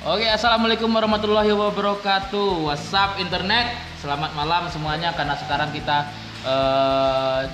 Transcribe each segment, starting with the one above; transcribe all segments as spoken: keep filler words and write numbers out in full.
Oke, assalamualaikum warahmatullahi wabarakatuh. WhatsApp internet, selamat malam semuanya. Karena sekarang kita uh,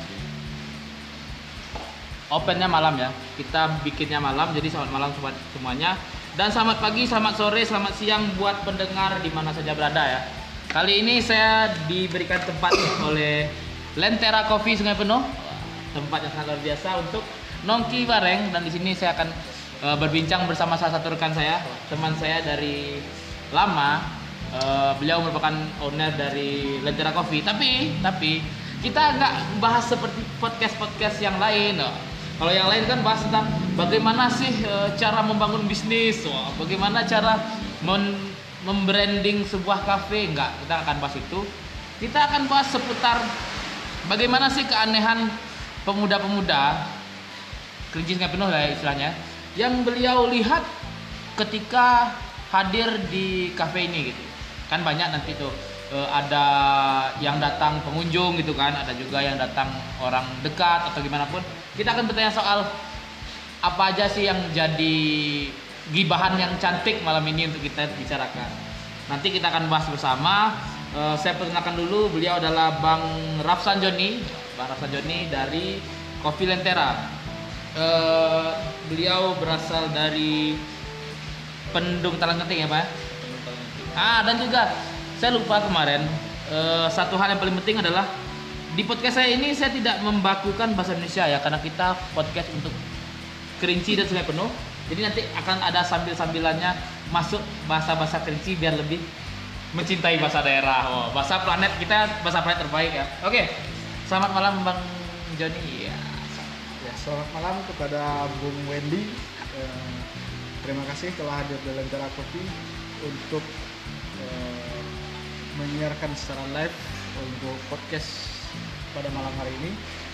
opennya malam ya. Kita bikinnya malam, jadi selamat malam sobat semuanya. Dan selamat pagi, selamat sore, selamat siang buat pendengar di mana saja berada ya. Kali ini saya diberikan tempat oleh Lentera Coffee Sungai Penuh, tempat yang sangat luar biasa untuk nongki bareng. Dan di sini saya akan Uh, berbincang bersama salah satu rekan saya, teman saya dari lama. Uh, beliau merupakan owner dari Lentera Coffee. Tapi, tapi kita nggak bahas seperti podcast-podcast yang lain. Oh. Kalau yang lain kan bahas tentang bagaimana sih uh, cara membangun bisnis, oh, bagaimana cara men- membranding sebuah kafe. Nggak, kita akan bahas itu. Kita akan bahas seputar bagaimana sih keanehan pemuda-pemuda Kerinci Sungai Penuh lah ya istilahnya, yang beliau lihat ketika hadir di kafe ini gitu. Kan banyak nanti tuh e, ada yang datang pengunjung gitu kan, ada juga yang datang orang dekat atau gimana pun. Kita akan bertanya soal apa aja sih yang jadi gibahan yang cantik malam ini untuk kita bicarakan. Nanti kita akan bahas bersama. E, saya perkenalkan dulu, beliau adalah Bang Rafsan Joni, Bang Rafsan Joni dari Coffee Lentera. Uh, beliau berasal dari Pendung Talanggenting ya Pak? Ah, dan juga saya lupa kemarin uh, satu hal yang paling penting adalah di podcast saya ini saya tidak membakukan bahasa Indonesia ya, karena kita podcast untuk Kerinci dan Sungai Penuh. Jadi nanti akan ada sambil-sambilannya masuk bahasa-bahasa Kerinci biar lebih mencintai bahasa daerah. Oh, bahasa planet kita, bahasa planet terbaik ya. Oke, selamat malam Bang Joni. Ya. Selamat malam kepada Bung Wendy. Eh, terima kasih telah hadir di Lentera Coffee untuk eh, menyiarkan secara live untuk podcast pada malam hari ini.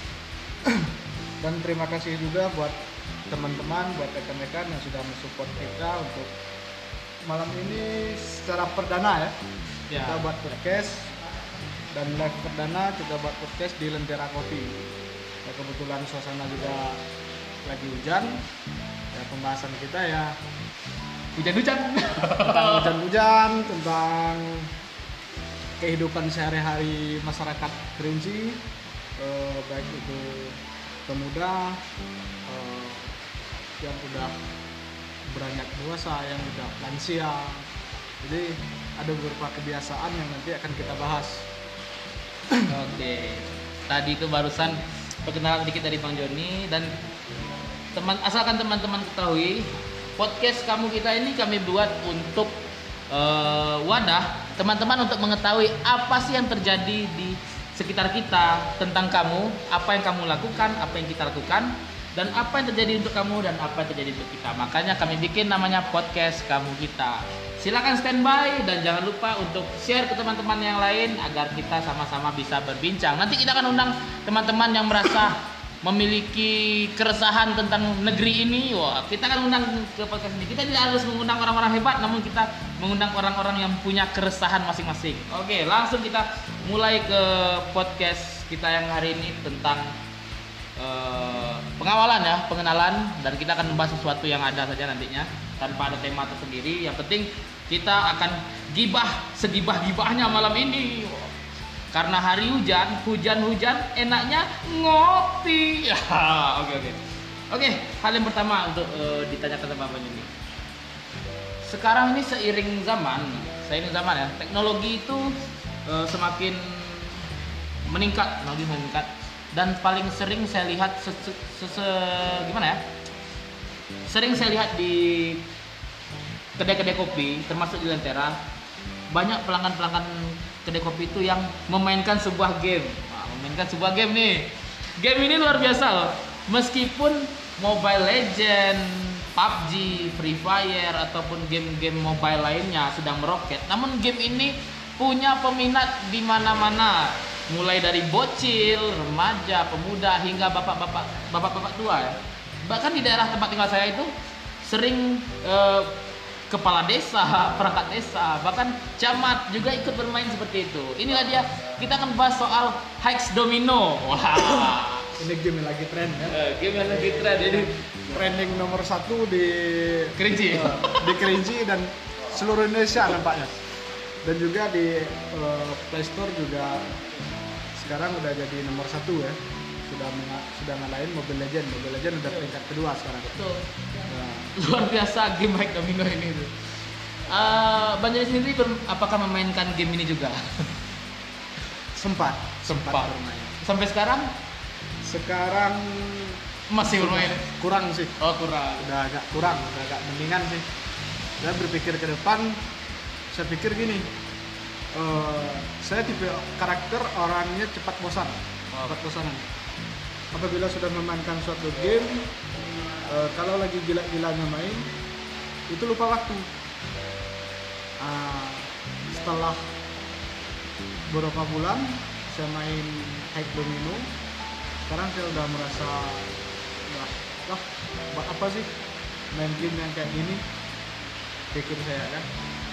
Dan terima kasih juga buat teman-teman, buat rekan-rekan yang sudah mensupport kita untuk malam ini secara perdana ya. ya. Kita buat podcast dan live perdana kita buat podcast di Lentera Coffee. Ya, kebetulan suasana juga lagi hujan. Ya, pembahasan kita ya hujan-hujan tentang hujan-hujan, tentang kehidupan sehari-hari masyarakat Kerinci, eh, baik itu pemuda eh, yang udah beranjak dewasa, yang udah lansia. Jadi ada beberapa kebiasaan yang nanti akan kita bahas. Oke, tadi itu barusan perkenalan dikit dari Bang Joni. Dan teman asalkan teman-teman ketahui, podcast kamu kita ini kami buat untuk uh, wadah teman-teman untuk mengetahui apa sih yang terjadi di sekitar kita tentang kamu, apa yang kamu lakukan, apa yang kita lakukan, dan apa yang terjadi untuk kamu dan apa yang terjadi untuk kita. Makanya kami bikin namanya podcast kamu kita. Silakan standby dan jangan lupa untuk share ke teman-teman yang lain agar kita sama-sama bisa berbincang. Nanti kita akan undang teman-teman yang merasa memiliki keresahan tentang negeri ini. Wah, kita akan undang ke podcast ini. Kita tidak harus mengundang orang-orang hebat, namun kita mengundang orang-orang yang punya keresahan masing-masing. Oke, langsung kita mulai ke podcast kita yang hari ini tentang uh, pengawalan ya, pengenalan. Dan kita akan membahas sesuatu yang ada saja nantinya tanpa ada tema tersendiri. Yang penting kita akan gibah segibah-gibahnya malam ini. Karena hari hujan, hujan-hujan enaknya ngopi. Ya, oke oke. Oke, hal yang pertama untuk uh, ditanyakan sama Bapak ini. Sekarang ini seiring zaman, seiring zaman ya, teknologi itu uh, semakin meningkat, lebih meningkat. Dan paling sering saya lihat sese, sese, gimana ya? Sering saya lihat di kedai-kedai kopi, termasuk di Lentera, banyak pelanggan-pelanggan kedai kopi itu yang memainkan sebuah game. Nah, memainkan sebuah game nih. Game ini luar biasa loh. Meskipun Mobile Legend, P U B G, Free Fire ataupun game-game mobile lainnya sedang meroket, namun game ini punya peminat di mana-mana. Mulai dari bocil, remaja, pemuda hingga bapak-bapak, bapak-bapak tua ya. Bahkan di daerah tempat tinggal saya itu sering eh, kepala desa, perangkat desa, bahkan camat juga ikut bermain seperti itu. Inilah dia, kita akan bahas soal Hex Domino. Wah, ini game yang lagi tren ya. Uh, game yang lagi tren. Jadi trending nomor satu di Kerinci. Uh, di Kerinci dan seluruh Indonesia nampaknya. Dan juga di uh, Play Store juga sekarang udah jadi nomor satu ya. Sudah menga- sudah ngalahin Mobile Legends. Mobile Legends udah peringkat kedua sekarang. Betul. Nah, Luar biasa game Hack Domino ini tuh. Uh, Bang Joni sendiri ber- apakah memainkan game ini juga? sempat, Sempat. bermain. Sampai sekarang Sekarang masih bermain? kurang sih. Oh kurang. Udah agak kurang, udah agak mendingan sih. Saya berpikir ke depan, saya pikir gini, uh, saya tipe karakter orangnya cepat bosan, Oh. cepat bosanan. Apabila sudah memainkan suatu game, uh, kalau lagi gila-gilanya main, itu lupa waktu. Uh, setelah beberapa bulan saya main Hack Domino, sekarang saya udah merasa wah, wah buat apa sih main game yang kayak gini, pikir saya kan.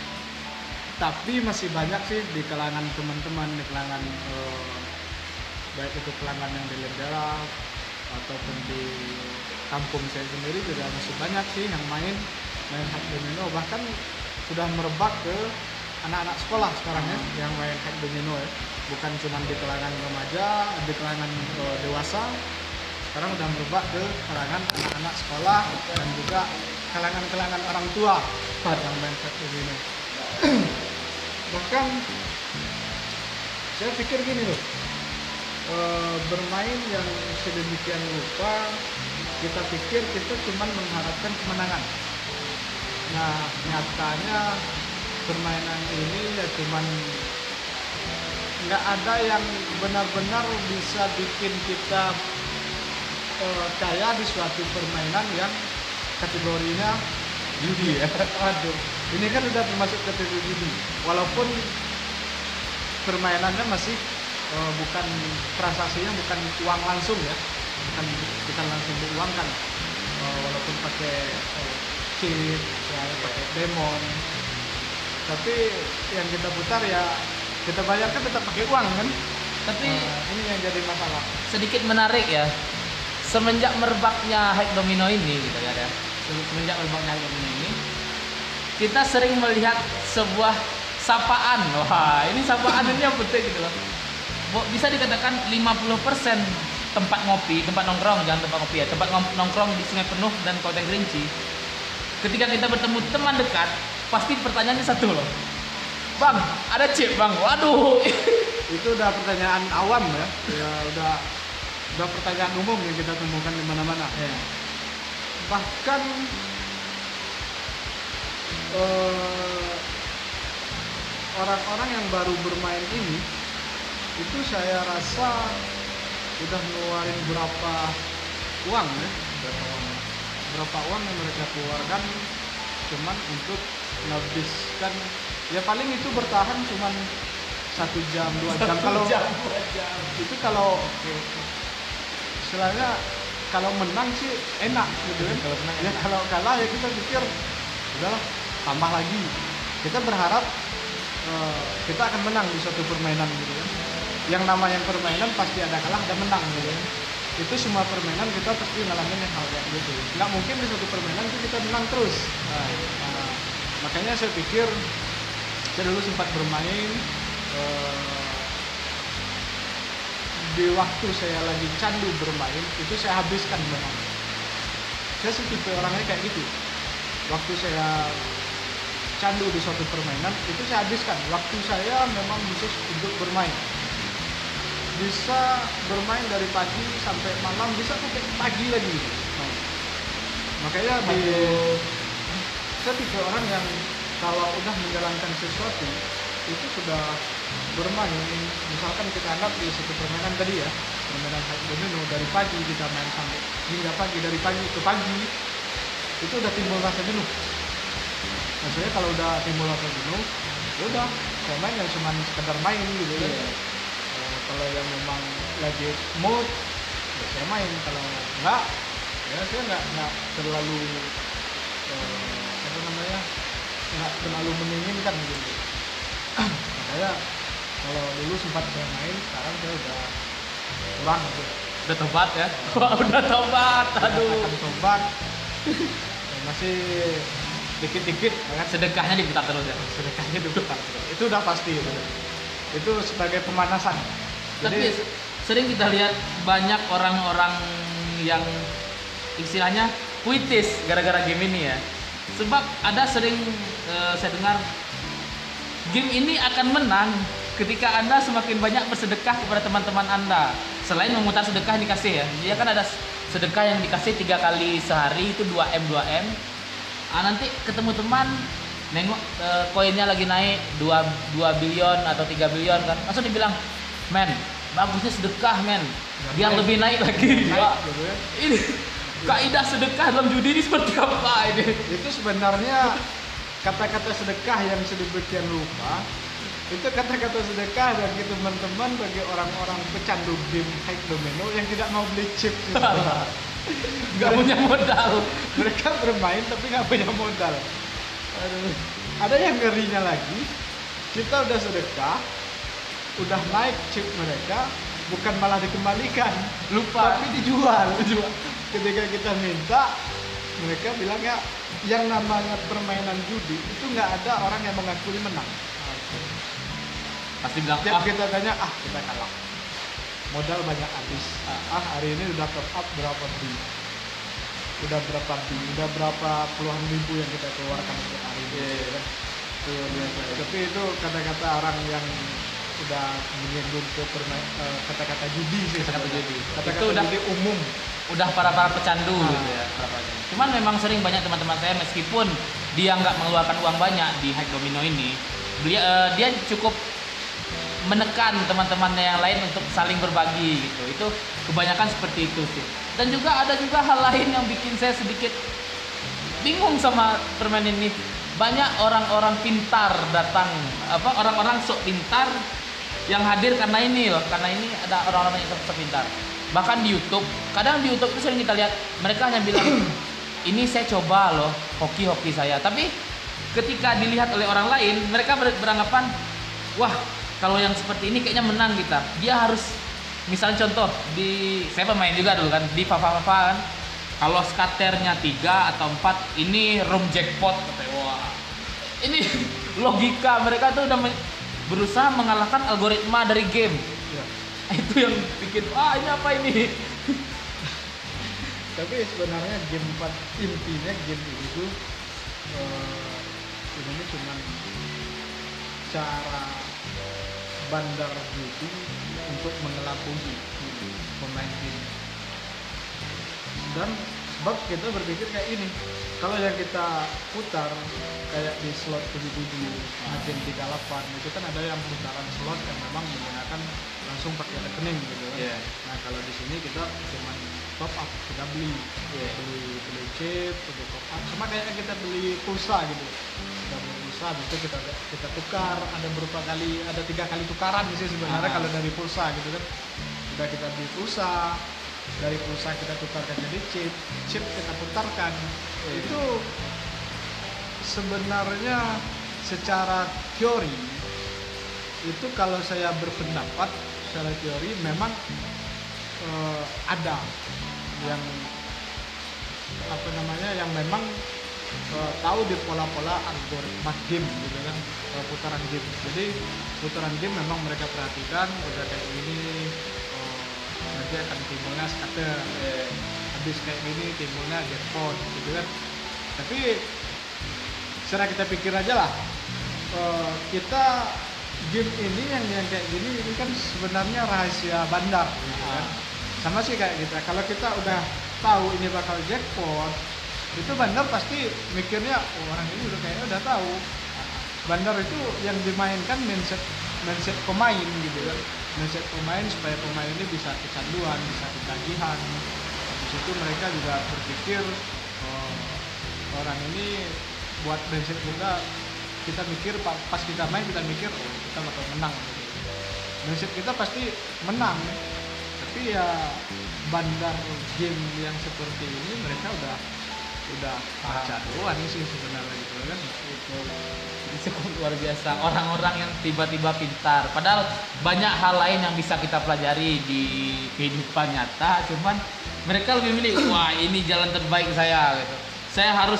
Tapi masih banyak sih di kalangan teman-teman, di kalangan eh, baik itu kalangan yang di Lendera ataupun di kampung saya sendiri juga masih banyak sih yang main main Hack Domino, bahkan sudah merebak ke anak-anak sekolah sekarang ya yang main Hack Domino ya. Bukan cuma di kalangan remaja, di kalangan uh, dewasa, sekarang udah merebak ke kalangan anak-anak sekolah dan juga kalangan-kalangan orang tua yang main Hack Domino. Bahkan saya pikir gini loh, uh, bermain yang sedemikian rupa, kita pikir kita cuma mengharapkan kemenangan. Nah nyatanya permainan ini ya cuman nggak ada yang benar-benar bisa bikin kita uh, kaya di suatu permainan yang kategorinya judi ya. Aduh, ini kan udah termasuk kategori judi. Walaupun permainannya masih uh, bukan transaksinya bukan uang langsung ya, bukan kita langsung diuangkan. Uh, walaupun pakai uh, chip, ya, pakai demon, tapi yang kita putar ya kita bayarkan tetap pakai uang kan. Tapi Nah, ini yang jadi masalah. sedikit menarik ya. Semenjak merebaknya Hack Domino ini gitu kan ya. Semenjak merebaknya Hack Domino ini, kita sering melihat sebuah sapaan. Wah, ini sapaan ini yang penting gitu loh. Bo- Bisa dikatakan lima puluh persen tempat ngopi, tempat nongkrong, jangan tempat ngopi ya, tempat ngom- nongkrong di Sungai Penuh dan Kota Kerinci. Ketika kita bertemu teman dekat, pasti pertanyaannya satu loh. Bang, ada chip bang. Waduh. Itu udah pertanyaan awam ya, ya udah udah pertanyaan umum yang kita temukan di mana-mana. Ya. Bahkan eh, orang-orang yang baru bermain ini, itu saya rasa udah ngeluarin berapa uang ya, berapa uang, berapa uang yang mereka keluarkan cuman untuk menghabiskan, ya paling itu bertahan cuman satu jam dua jam. Kalau jam, dua jam. itu kalau istilahnya kalau menang sih enak gitu kan. Kalau menang Ya enak. kalau kalah ya kita pikir udahlah tambah lagi. Kita berharap eh, kita akan menang di suatu permainan gitu kan. Yang namanya permainan pasti ada kalah ada menang gitu kan. Itu semua permainan kita pasti ngalamin yang hal kayak gitu. Nggak mungkin di suatu permainan itu kita menang terus. Nah, nah, makanya saya pikir saya dulu sempat bermain eh, di waktu saya lagi candu bermain itu saya habiskan memang. Saya sih tipe orangnya kayak gitu. Waktu saya candu di suatu permainan itu saya habiskan. Waktu saya memang khusus untuk bermain. Bisa bermain dari pagi sampai malam, bisa sampai pagi lagi. Nah, makanya di saya tipe orang yang kalau udah menjalankan sesuatu itu sudah bermain, misalkan kita anggap di satu permainan tadi ya, permainan Hack Domino dari pagi kita main sampai hingga pagi, dari pagi ke pagi itu udah timbul rasa jenuh. Maksudnya kalau udah timbul rasa jenuh, ya udah saya main yang cuma sekedar main gitu kan. Iya. Eh, kalau yang memang lagi mood, ya saya main. Kalau enggak, ya saya nggak nggak terlalu eh, apa namanya, nggak terlalu menginginkan gitu. Makanya kalau dulu sempat saya main, sekarang saya udah kurang gitu. Udah tobat ya? Wah, udah tobat. Aduh. Akan tobat. Ya, masih dikit-dikit kan sedekahnya diputar terus ya. sedekahnya diputar terus. Itu udah pasti itu. Itu sebagai pemanasan. Tapi Jadi sering kita lihat banyak orang-orang yang istilahnya puitis gara-gara game ini ya. Sebab ada sering uh, saya dengar game ini akan menang ketika Anda semakin banyak bersedekah kepada teman-teman Anda. Selain memutar sedekah yang dikasih ya. Dia kan ada sedekah yang dikasih tiga kali sehari itu dua M dua M. Ah, nanti ketemu teman nengok uh, koinnya lagi naik dua bilion atau tiga bilion kan. Langsung dibilang, "Men, bagusnya sedekah, men. Biar lebih naik lagi." naik, Wah, gitu ya. ini kaidah sedekah dalam judi ini seperti apa ini? Itu sebenarnya kata-kata sedekah yang sedemikian rupa. Itu kata-kata sedekah bagi teman-teman, bagi orang-orang pecandu game hack domino yang tidak mau beli chip. Gak punya modal. Mereka bermain tapi nggak punya modal. Aduh. Ada yang ngerinya lagi, kita udah sedekah, udah naik chip mereka, bukan malah dikembalikan, Lupa. tapi dijual. dijual. Ketika kita minta, mereka bilang ya, yang namanya permainan judi itu nggak ada orang yang mengakui menang. Pasti bilang, Tiap ah, kita tanya, ah kita kalah, modal banyak habis. Ah hari ini udah top up berapa B, udah berapa B, udah berapa puluhan ribu yang kita keluarkan untuk hari ini. Iya, iya. Kan? Itu biasa. Tapi itu kata-kata orang yang udah menyinggung ke permain, eh, kata-kata judi sih. Kata-kata sebenarnya. judi. Kata-kata Itu udah- judi umum. udah para-para pecandu Ah. gitu ya. para-para. Cuman memang sering banyak teman-teman saya meskipun dia nggak mengeluarkan uang banyak di hack domino ini, dia eh, dia cukup menekan teman-temannya yang lain untuk saling berbagi gitu. Itu kebanyakan seperti itu sih. Dan juga ada juga hal lain yang bikin saya sedikit bingung sama permainan ini. Banyak orang-orang pintar datang, apa orang-orang sok pintar yang hadir karena ini loh, karena ini ada orang-orang yang sok pintar. Bahkan di YouTube, kadang di YouTube itu sering kita lihat mereka hanya bilang ini saya coba loh hoki-hoki saya. Tapi ketika dilihat oleh orang lain, mereka ber- beranggapan wah kalau yang seperti ini kayaknya menang kita. Dia harus misalnya contoh di saya pemain juga dulu kan di Fafa-Fafa kan. Kalau skaternya tiga atau empat ini room jackpot katanya. Wah. Ini logika mereka tuh udah men- berusaha mengalahkan algoritma dari game. Ya. Itu yang bikin ah ini apa ini? Tapi sebenarnya game pada intinya game itu eh, ini cuma cara bandar judi untuk mengelabui pemain game. Dan sebab kita berpikir kayak ini, kalau yang kita putar kayak di slot tujuh tujuh, Magen tiga puluh delapan itu kan ada yang putaran slot yang memang menggunakan langsung pakai rekening gitu kan. Yeah. Nah kalau di sini kita cuma top up, kita beli, Yeah. beli beli chip, beli top up, sama kayak kita beli pulsa gitu. Kita beli pulsa, habis itu kita kita tukar, ada beberapa kali, ada tiga kali tukaran sih sebenarnya Ah. kalau dari pulsa gitu kan. Udah kita beli pulsa, dari pulsa kita tukarkan jadi chip, chip kita putarkan. Yeah. Itu sebenarnya secara teori itu kalau saya berpendapat secara teori memang eh, ada yang apa namanya yang memang eh, tahu di pola-pola algoritma game gitu kan, eh, putaran game. Jadi putaran game memang mereka perhatikan udah kayak gini eh, nanti akan timbulnya scatter, eh, habis kayak gini timbulnya jackpot gitu kan. Tapi secara kita pikir aja lah, eh, kita game ini yang yang kayak gini ini kan sebenarnya rahasia bandar gitu kan. Sama sih kayak kita, kalau kita udah tahu ini bakal jackpot, itu bandar pasti mikirnya oh, orang ini udah kayaknya udah tahu. Bandar itu yang dimainkan mindset mindset pemain gitu kan, mindset pemain supaya pemain ini bisa kecanduan, bisa ketagihan. Habis itu mereka juga berpikir oh, orang ini buat mindset kita, kita mikir pas kita main kita mikir oh kita bakal menang gitu. Mindset kita pasti menang, tapi ya bandar game yang seperti ini mereka udah udah kecanduan sih sebenarnya gitu kan. Itu ini cukup luar biasa orang-orang yang tiba-tiba pintar. Padahal banyak hal lain yang bisa kita pelajari di kehidupan nyata. Cuman mereka lebih milih wah ini jalan terbaik saya gitu. Saya harus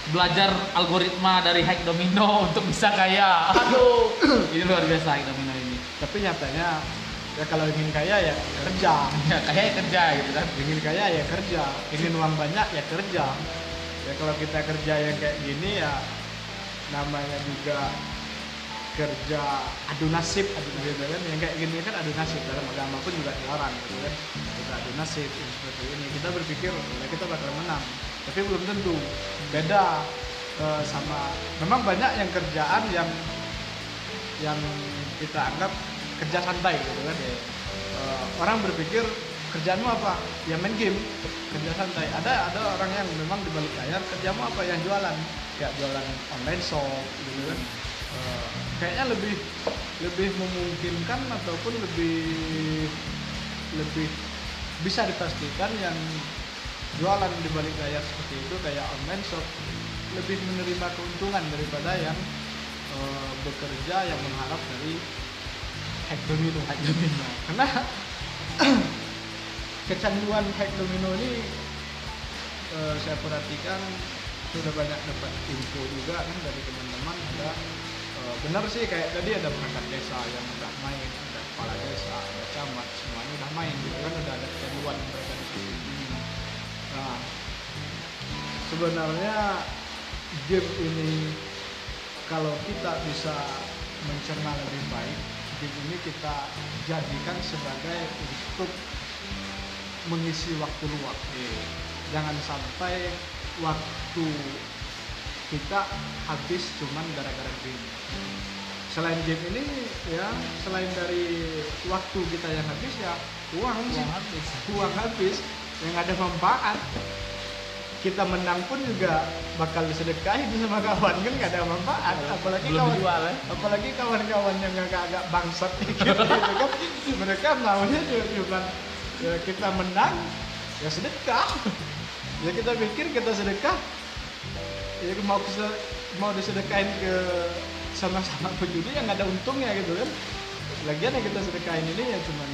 belajar algoritma dari hack domino untuk bisa kaya. Aduh, ini luar biasa hack domino ini. Tapi nyatanya ya kalau ingin kaya ya kerja. Ya kaya ya kerja gitu kan. Ingin kaya ya kerja, ingin uang banyak ya kerja. Ya kalau kita kerja yang kayak gini ya namanya juga kerja adu nasib, adu nasib kan, yang kayak gini kan adu nasib, dalam agama pun juga dilarang gitu kan, kita adu nasib seperti ini. Kita berpikir ya kita bakal menang, tapi belum tentu. Beda eh, sama, memang banyak yang kerjaan yang yang kita anggap kerja santai gitu kan. Eh, orang berpikir kerjaanmu apa? Ya main game, kerja santai. Ada ada orang yang memang di balik layar kerjamu apa? Yang jualan, ya jualan online shop gitu kan. Uh, kayaknya lebih lebih memungkinkan ataupun lebih lebih bisa dipastikan yang jualan di balik layar seperti itu kayak online shop lebih menerima keuntungan daripada yang uh, bekerja yang mengharap dari hack domino hack domino karena kecanduan hack domino ini uh, saya perhatikan sudah banyak dapat info juga kan dari teman-teman. Ada uh, benar sih kayak tadi ada perangkat desa yang udah main, ada kepala desa, ada camat, semuanya udah main gitu kan, udah ada kecanduan mereka di situ. Nah, sebenarnya game ini kalau kita bisa mencerna lebih baik, game ini kita jadikan sebagai untuk mengisi waktu luang. Jangan sampai waktu kita habis cuman gara-gara game. Selain game ini ya, selain dari waktu kita yang habis ya uang, Uang habis. uang habis yang ada manfaat. Kita menang pun juga bakal disedekahin sama kawan kan, nggak ada manfaat. Apalagi Belum kawan, dijual, ya? apalagi kawan-kawan yang agak-agak bangsat dikit gitu kan, mereka maunya cuma ya kita menang ya sedekah. Ya kita pikir kita sedekah, ya mau mau disedekahin ke sama-sama penjudi yang nggak ada untungnya gitu kan. Lagian yang kita sedekahin ini ya cuman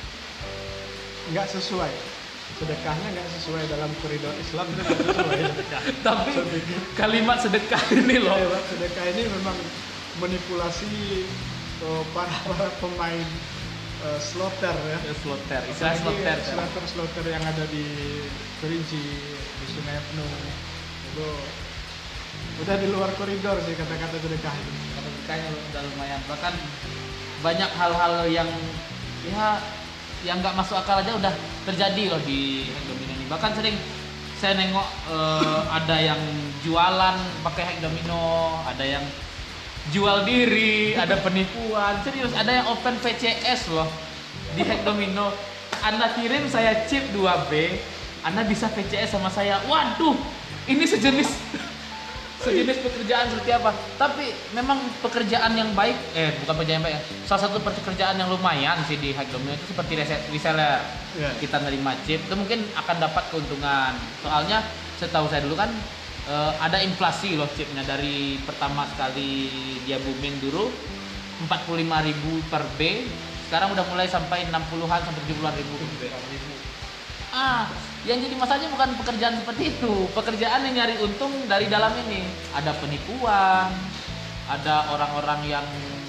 nggak sesuai, sedekahnya nggak sesuai dalam koridor Islam, itu nggak sesuai sedekah. Tapi Saya pikir, kalimat sedekah ini loh. ya, sedekah ini memang manipulasi oh, para para pemain uh, slotter ya. Ya, slotter, istilah slotter. Slotter slotter yang ada di Kerinci, di Sungai Penuh itu udah di luar koridor sih kata-kata sedekah itu. Kata sedekahnya udah lumayan. Bahkan banyak hal-hal yang ya yang nggak masuk akal aja udah terjadi loh di hack domino ini. Bahkan sering saya nengok eh, ada yang jualan pakai hack domino, ada yang jual diri, ada penipuan. Serius, ada yang open V C S loh di hack domino. Anda kirim saya chip dua B, Anda bisa V C S sama saya. Waduh, ini sejenis sejenis pekerjaan seperti apa? Tapi memang pekerjaan yang baik, eh bukan pekerjaan yang baik ya. Salah satu pekerjaan yang lumayan sih di hack domino itu seperti reseller. Ya. Kita nerima chip itu mungkin akan dapat keuntungan. Soalnya setahu saya dulu kan eh, ada inflasi loh chipnya, dari pertama sekali dia booming dulu empat puluh lima ribu per B, sekarang udah mulai sampai enam puluhan sampai tujuh puluhan ribu per B. Ah, yang jadi masalahnya bukan pekerjaan seperti itu. Pekerjaan yang nyari untung dari dalam ini. Ada penipuan, ada orang-orang yang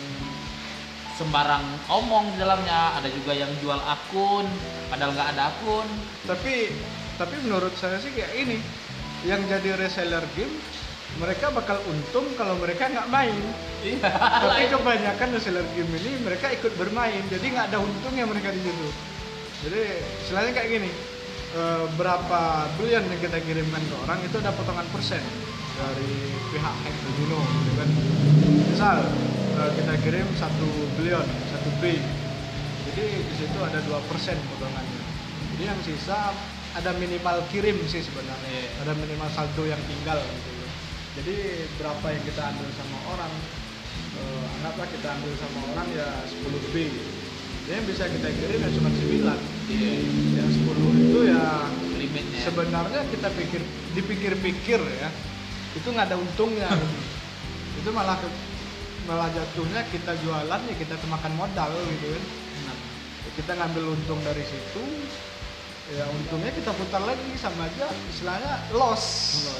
sembarang omong di dalamnya, ada juga yang jual akun padahal nggak ada akun. Tapi tapi menurut saya sih kayak ini, yang jadi reseller game mereka bakal untung kalau mereka nggak main. Iya. Tapi kebanyakan reseller game ini mereka ikut bermain, jadi nggak ada untungnya mereka di situ. Jadi istilahnya kayak gini, e, berapa belian yang kita kirimkan ke orang itu ada potongan persen dari pihak hack domino gitu kan. Misal e, kita kirim satu bilion, satu B, jadi di situ ada dua persen potongannya. Jadi yang sisa ada minimal kirim sih sebenarnya, ada minimal saldo yang tinggal gitu. Jadi berapa yang kita ambil sama orang, e, anggaplah kita ambil sama orang ya sepuluh B. Jadi yang bisa kita kirim ya cuma sembilan. Iya. Yang sepuluh itu ya Limitnya. sebenarnya kita pikir dipikir-pikir ya, itu nggak ada untungnya. Gitu. Itu malah ke, malah jatuhnya kita jualan ya kita kemakan modal gitu kan. Benar. Ya, kita ngambil untung dari situ, ya untungnya kita putar lagi, sama aja istilahnya loss. Loss.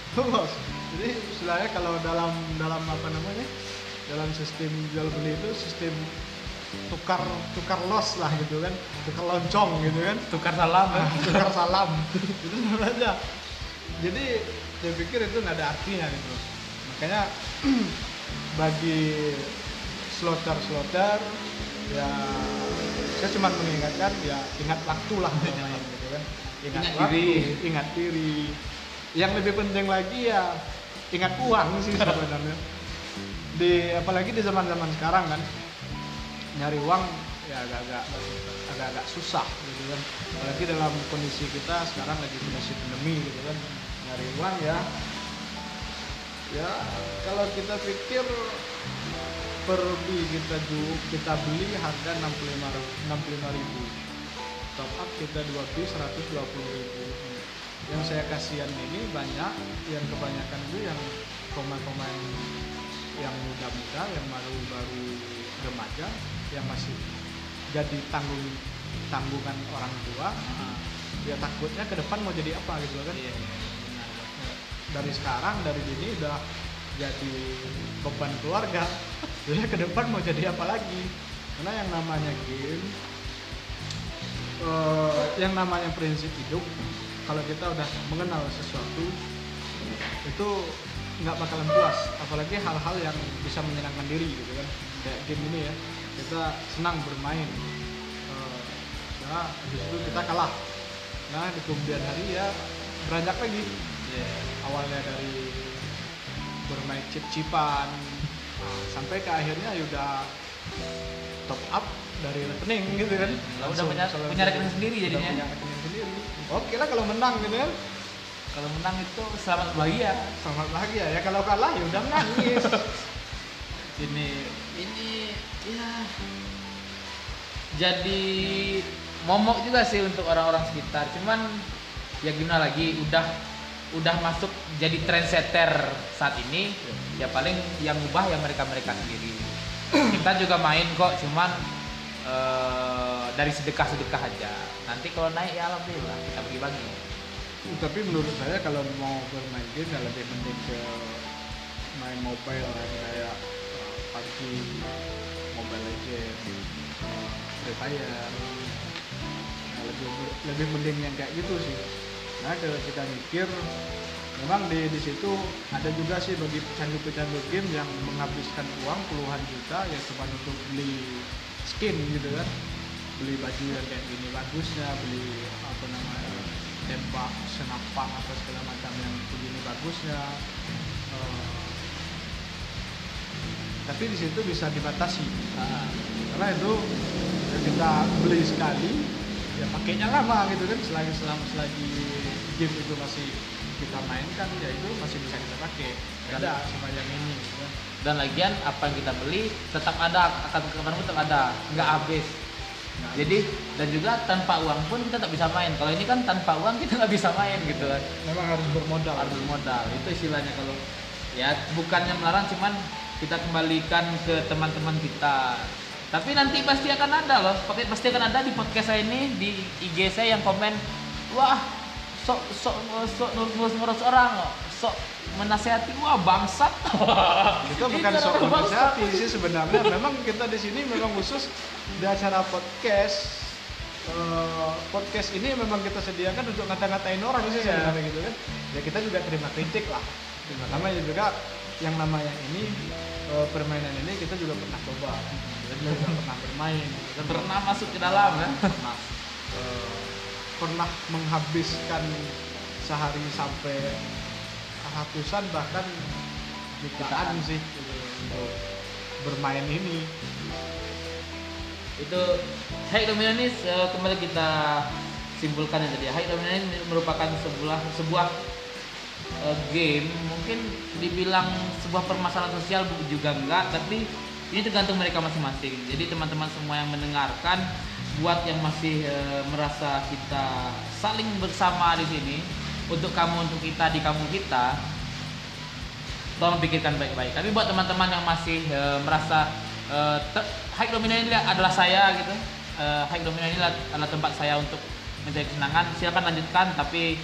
Loss. Jadi istilahnya kalau dalam dalam apa namanya? Dalam sistem jual beli itu sistem tukar tukar los lah gitu kan, tukar loncong gitu kan, tukar salam ah, tukar salam itu sebenarnya. Jadi saya pikir itu nggak ada artinya gitu. Makanya bagi slotter-slotter ya saya cuma mengingatkan ya ingat waktu lah namanya gitu kan, ingat, Ingat waktu, diri. ingat diri. Yang lebih penting lagi ya ingat uang sih sebenarnya. Di apalagi di zaman-zaman sekarang kan nyari uang ya agak-agak agak-agak susah gitu kan. Apalagi dalam kondisi kita sekarang lagi kondisi pandemi gitu kan. Nyari uang ya ya kalau kita pikir per beli kita ju, kita beli harga enam puluh lima ribu, top up kita dua B seratus dua puluh ribu. Yang saya kasihan ini banyak yang kebanyakan itu yang pemain-pemain yang muda-muda, yang baru-baru remaja, yang masih jadi tanggung tanggungan orang tua. Ya takutnya ke depan mau jadi apa gitu kan. Iya, iya, benar. Dari sekarang dari dini udah jadi beban keluarga. Jadi ke depan mau jadi apa lagi? Karena yang namanya game, uh, yang namanya prinsip hidup, kalau kita udah mengenal sesuatu itu nggak bakalan puas, apalagi hal-hal yang bisa menyenangkan diri gitu kan, kayak game ini ya, kita senang bermain, uh, nah habis itu kita kalah, nah di kemudian hari ya beranjak lagi. Yeah. Awalnya dari bermain chip-chipan nah, sampai ke akhirnya ya udah top up dari rekening gitu kan. Lah udah punya punya rekening sendiri jadinya. Punya rekening sendiri. Oke lah kalau menang gitu kan. Kalau menang itu selamat bahagia. Selamat bahagia ya, kalau kalah ya udah nangis. Ini ini ya jadi momok juga sih untuk orang-orang sekitar. Cuman ya gimana lagi, udah udah masuk jadi trendsetter saat ini. Ya paling yang ubah ya mereka-mereka sendiri. Kita juga main kok, cuman uh, dari sedekah-sedekah aja. Nanti kalau naik ya alhamdulillah kita bagi-bagi. Tapi menurut saya kalau mau bermain game ya lebih mending ke main mobile kan, kayak uh, P U B G, Mobile Legends, uh, Free Fire. Nah, lebih lebih mending yang kayak gitu sih. Nah kalau kita mikir, memang di di situ ada juga sih bagi pecandu-pecandu game yang menghabiskan uang puluhan juta ya cuma untuk beli skin gitu kan, beli baju yang kayak gini bagusnya, beli apa namanya tembak senapang atau segala macam yang begini bagusnya. Uh, tapi di situ bisa dibatasi, nah, karena itu ya kita beli sekali ya pakainya lama gitu kan, selagi selama selagi game itu masih kita mainkan ya itu masih bisa kita pakai, beda sama yang ini gitu kan. Dan lagian apa yang kita beli tetap ada, akan kedepan tetap ada, nggak habis. Nah, Jadi dan juga tanpa uang pun kita tak bisa main. Kalau ini kan tanpa uang kita nggak bisa main gitu kan. memang harus bermodal. Harus bermodal. Itu istilahnya kalau ya bukannya melarang, cuman kita kembalikan ke teman-teman kita. Tapi nanti pasti akan ada loh. Pasti akan ada di podcast saya ini, di I G saya yang komen, wah sok sok sok ngurus-ngurus orang, sok menasehati, wah bangsat. Kita bukan Itu sok orang bangsat. menasihati sih sebenarnya. Memang kita di sini memang khusus di acara podcast. Uh, podcast ini memang kita sediakan untuk ngata-ngatain orang sih Iya. sebenarnya gitu kan. Ya kita juga terima kritik lah. Namanya juga yang namanya ini uh, permainan ini kita juga pernah coba. Kita juga pernah bermain. Kita Pernah masuk ke dalam ya. pernah uh, pernah menghabiskan sehari sampai ratusan bahkan jutaan sih gitu, untuk bermain ini. Itu High Domino ini eh, kembali kita simpulkan yang tadi. High Domino ini merupakan sebuah sebuah eh, game, mungkin dibilang sebuah permasalahan sosial juga enggak, tapi ini tergantung mereka masing-masing. Jadi teman-teman semua yang mendengarkan, buat yang masih e, merasa kita saling bersama di sini, untuk kamu, untuk kita, di kamu kita, tolong pikirkan baik-baik. Tapi buat teman-teman yang masih e, merasa e, te- High Domino ini adalah saya gitu, e, High Domino ini adalah tempat saya untuk mencari kesenangan, silakan lanjutkan. Tapi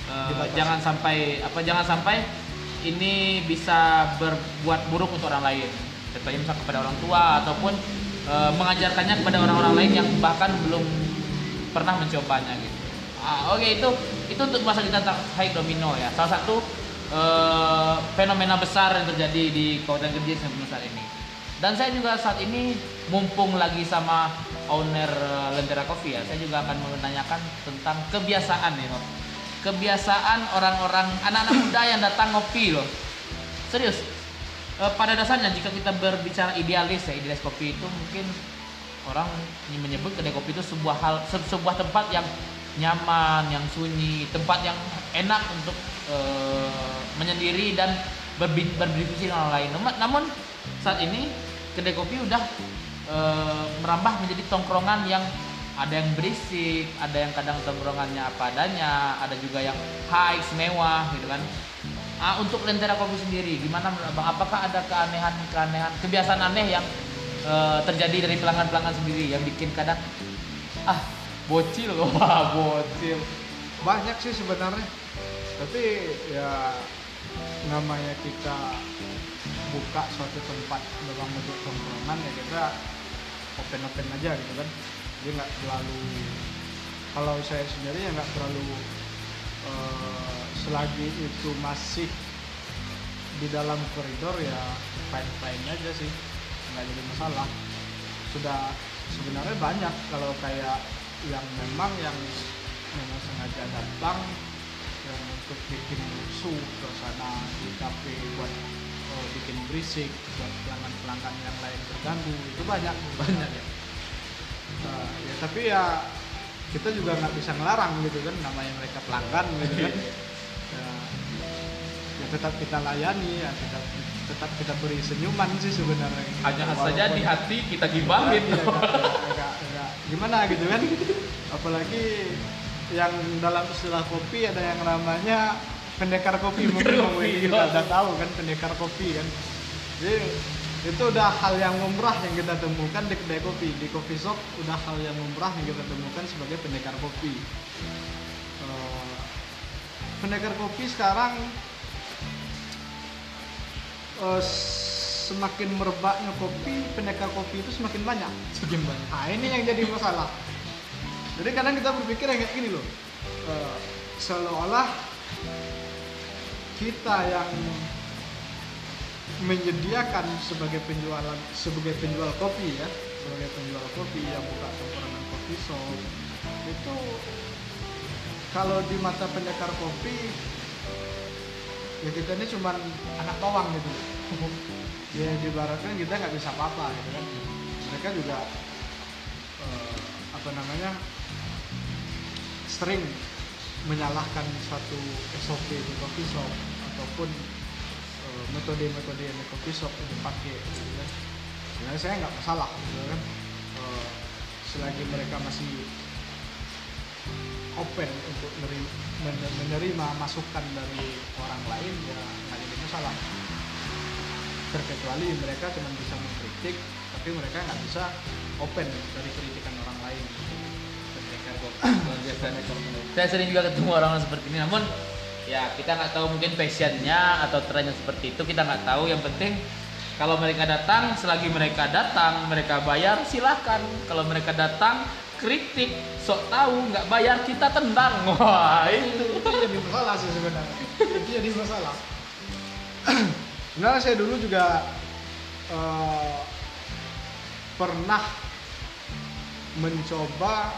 uh, Dibatasi. jangan sampai apa jangan sampai ini bisa berbuat buruk untuk orang lain. Contohnya misal kepada orang tua ataupun uh, mengajarkannya kepada orang-orang lain yang bahkan belum pernah mencobanya gitu. Ah, Oke okay, itu itu untuk masalah kita tentang high domino ya. Salah satu uh, fenomena besar yang terjadi di Kabupaten Gresik saat ini. Dan saya juga saat ini mumpung lagi sama owner uh, Lentera Coffee ya, saya juga akan menanyakan tentang kebiasaan nih, loh. Kebiasaan orang-orang anak-anak muda yang datang ngopi loh. Serius. Uh, pada dasarnya jika kita berbicara idealis ya, idealis kopi itu mungkin orang menyebut kedai kopi itu sebuah hal se- sebuah tempat yang nyaman, yang sunyi, tempat yang enak untuk uh, menyendiri dan berbi- berdiskusi dengan orang lain. Namun saat ini kedai kopi udah uh, merambah menjadi tongkrongan yang ada yang berisik, ada yang kadang tongkrongannya apa adanya, ada juga yang high, mewah gitu kan. Ah, untuk Lentera Kopi sendiri, gimana menurut Bang? Apakah ada keanehan-keanehan, kebiasaan aneh yang uh, terjadi dari pelanggan-pelanggan sendiri yang bikin kadang ah bocil, wah bocil. Banyak sih sebenarnya, tapi ya namanya kita buka suatu tempat memang bentuk tongkrongan ya kita open-open aja gitu kan. Jadi nggak terlalu, kalau saya sendiri ya nggak terlalu uh, selagi itu masih di dalam koridor ya fine-fine aja sih, nggak jadi masalah. Sudah sebenarnya banyak kalau kayak yang memang yang memang sengaja datang yang untuk bikin rusuh suasana di kafe buat oh, bikin berisik buat pelanggan-pelanggan yang lain terganggu, itu banyak banyak ya. Nah, ya tapi ya kita juga nggak bisa ngelarang gitu kan, namanya mereka pelanggan gitu kan. Ya, ya tetap kita layani ya, kita tetap kita beri senyuman sih sebenarnya. Hanya saja di hati kita gibahin. Ya, agak, agak, agak, gimana gitu kan. Apalagi yang dalam istilah kopi ada yang namanya pendekar kopi, mungkin Kopi, kita udah tahu kan pendekar kopi kan. Jadi itu udah hal yang lumrah yang kita temukan di kedai kopi, di coffee shop udah hal yang lumrah yang kita temukan sebagai pendekar kopi. Uh, pendekar kopi sekarang uh, semakin merebaknya kopi, pendekar kopi itu semakin banyak. Semakin banyak. Nah ini yang jadi masalah. Jadi kadang kita berpikir yang kayak gini loh, uh, seolah-olah kita yang menyediakan sebagai penjualan sebagai penjual kopi ya, sebagai penjual kopi yang buka tongkrongan kopi shop itu, kalau di mata pendekar kopi ya kita ini cuman anak bawang gitu. Ya diibaratkan kita nggak bisa apa-apa gitu kan. Mereka juga uh, apa namanya sering menyalahkan suatu S O P di coffee shop ataupun uh, metode-metode yang di coffee shop yang dipakai gitu kan. Sebenarnya saya nggak masalah gitu kan, uh, selagi mereka masih open untuk menerima, menerima masukan dari orang lain ya nggak jadi masalah. Terkecuali mereka cuma bisa mengkritik tapi mereka nggak bisa open dari kritikan orang lain. Saya sering juga ketemu orang-orang seperti ini, namun ya kita nggak tahu mungkin passionnya atau trennya seperti itu, kita nggak tahu. Yang penting kalau mereka datang, selagi mereka datang mereka bayar silahkan. Kalau mereka datang kritik sok tahu nggak bayar kita tendang. Wah itu itu jadi masalah sih sebenarnya. Itu jadi masalah. Sebenarnya saya dulu juga uh, pernah mencoba